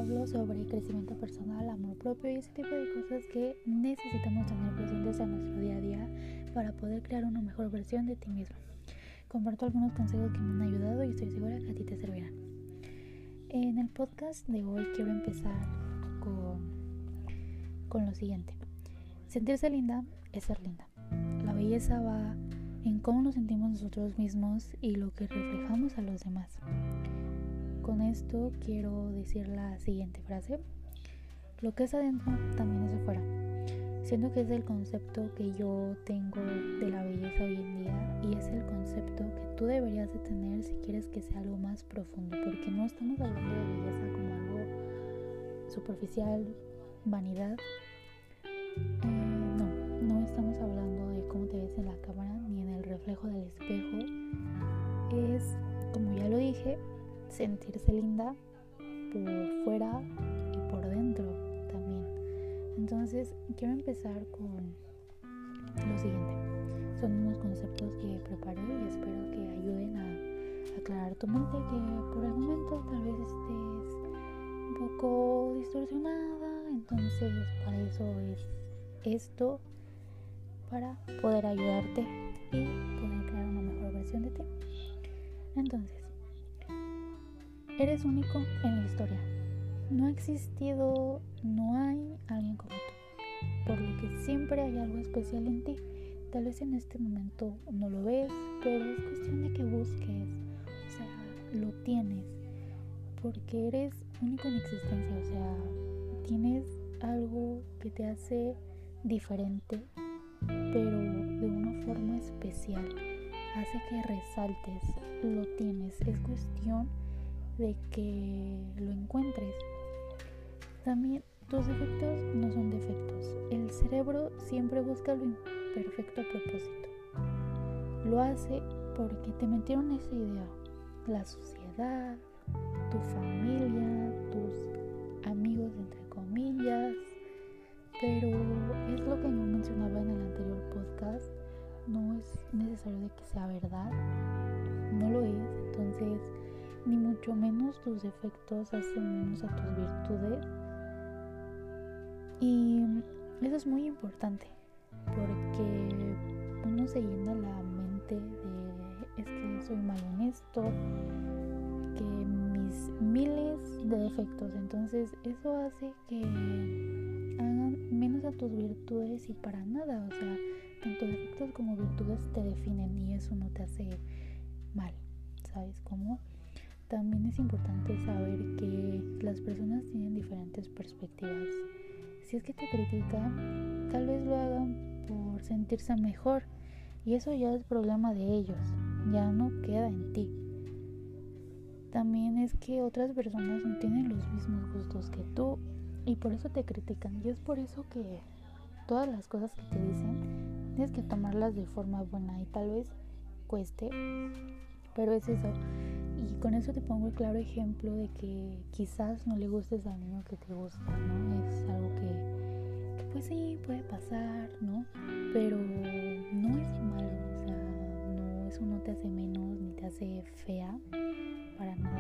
hablo sobre crecimiento personal, amor propio y ese tipo de cosas que necesitamos tener presentes en nuestro día a día para poder crear una mejor versión de ti mismo. Comparto algunos consejos que me han ayudado y estoy segura que a ti te servirán. En el podcast de hoy quiero empezar con lo siguiente. Sentirse linda es ser linda. La belleza va en cómo nos sentimos nosotros mismos y lo que reflejamos a los demás. Con esto quiero decir la siguiente frase: lo que es adentro también es afuera. Siento que es el concepto que yo tengo de la belleza hoy en día y es el concepto que tú deberías de tener si quieres que sea algo más profundo, porque no estamos hablando de belleza como algo superficial, vanidad. No estamos hablando de cómo te ves en la cámara ni en el reflejo del espejo. Es, como ya lo dije, sentirse linda por fuera y por dentro también. Entonces quiero empezar con lo siguiente. Son unos conceptos que preparé y espero que ayuden a aclarar tu mente, que por el momento tal vez estés un poco distorsionada. Entonces para eso es esto, para poder ayudarte y poder crear una mejor versión de ti. Entonces, eres único en la historia. No ha existido, no hay alguien como tú, por lo que siempre hay algo especial en ti. Tal vez en este momento no lo ves, pero es cuestión de que busques, o sea, lo tienes, porque eres único en existencia, o sea, tienes algo que te hace diferente, pero de una forma especial, hace que resaltes, lo tienes, es cuestión de que lo encuentres. También tus defectos no son defectos. El cerebro siempre busca lo imperfecto a propósito. Lo hace porque te metieron esa idea. La sociedad, tu familia, tus amigos entre comillas. Pero es lo que yo mencionaba en el anterior podcast. No es necesario de que sea verdad. No lo es. Entonces, ni mucho menos tus defectos hacen menos a tus virtudes. Y eso es muy importante, porque uno se llena la mente de es que soy mal en esto, que mis miles de defectos. Entonces eso hace que hagan menos a tus virtudes y para nada. O sea, tanto defectos como virtudes te definen y eso no te hace mal. ¿Sabes cómo? También es importante saber que las personas tienen diferentes perspectivas. Si es que te critican, tal vez lo hagan por sentirse mejor y eso ya es problema de ellos, ya no queda en ti. También es que otras personas no tienen los mismos gustos que tú y por eso te critican, y es por eso que todas las cosas que te dicen tienes que tomarlas de forma buena y tal vez cueste, pero es eso. Y con eso te pongo el claro ejemplo de que quizás no le gustes al niño que te gusta, ¿no? Es algo que pues sí, puede pasar, ¿no? Pero no es malo, o sea, no, eso no te hace menos ni te hace fea para nada,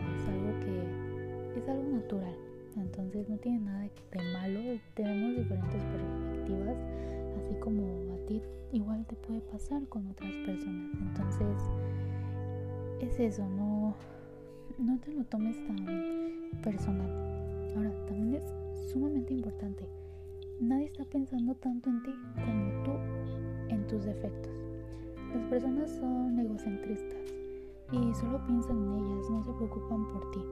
es algo natural. Entonces no tiene nada de malo, tenemos diferentes perspectivas, así como a ti igual te puede pasar con otras personas. Entonces es eso, no te lo tomes tan personal. Ahora, también es sumamente importante, nadie está pensando tanto en ti como tú en tus defectos. Las personas son egocentristas y solo piensan en ellas, no se preocupan por ti.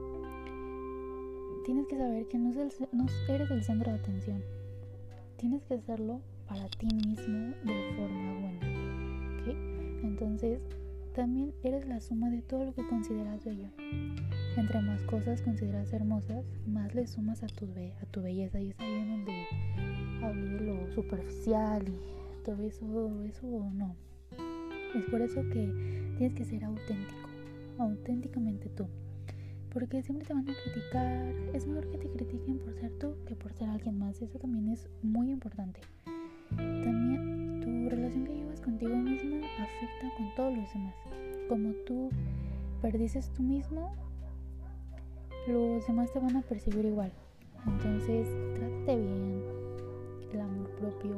Tienes que saber que no eres el centro de atención. Tienes que hacerlo para ti mismo de forma buena, ¿ok? Entonces, también eres la suma de todo lo que consideras bello. Entre más cosas consideras hermosas, más le sumas a tu belleza, y es ahí en donde hablé de lo superficial y todo eso no. Es por eso que tienes que ser auténticamente tú, porque siempre te van a criticar. Es mejor que te critiquen por ser tú que por ser alguien más. Eso también es muy importante. También tu relación que llevas contigo misma afecta con todos los demás. Como tú perdices tú mismo, los demás te van a percibir igual. Entonces, trátate bien, el amor propio,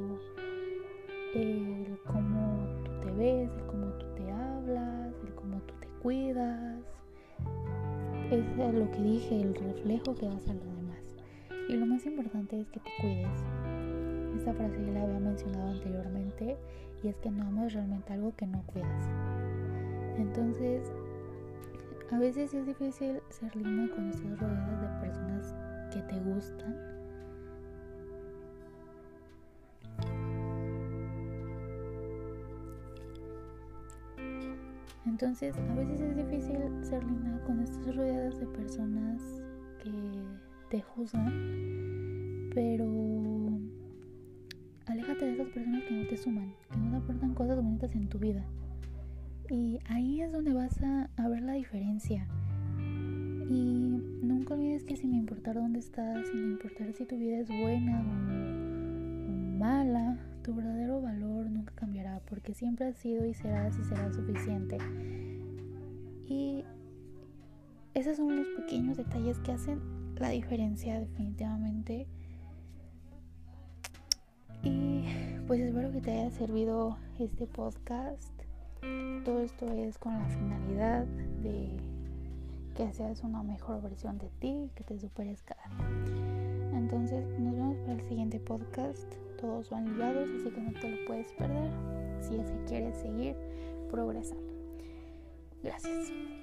el cómo tú te ves, el cómo tú te hablas, el cómo tú te cuidas. Es lo que dije, el reflejo que das a los demás. Y lo más importante es que te cuides. Esta frase ya la había mencionado anteriormente, y es que no amas realmente algo que no cuidas. Entonces, a veces es difícil ser linda cuando estás rodeada de personas que te gustan. Entonces, a veces es difícil ser linda cuando estás rodeada de personas que te juzgan, pero aléjate de esas personas que no te suman, que no te aportan cosas bonitas en tu vida. Y ahí es donde vas a ver la diferencia. Y nunca olvides que sin importar dónde estás, sin importar si tu vida es buena o mala, tu verdadero valor nunca cambiará, porque siempre has sido y será suficiente. Y esos son los pequeños detalles que hacen la diferencia definitivamente. Y pues espero que te haya servido este podcast. Todo esto es con la finalidad de que seas una mejor versión de ti, que te superes cada día. Entonces nos vemos para el siguiente podcast. Todos van ligados, así que no te lo puedes perder si es que quieres seguir progresando. Gracias.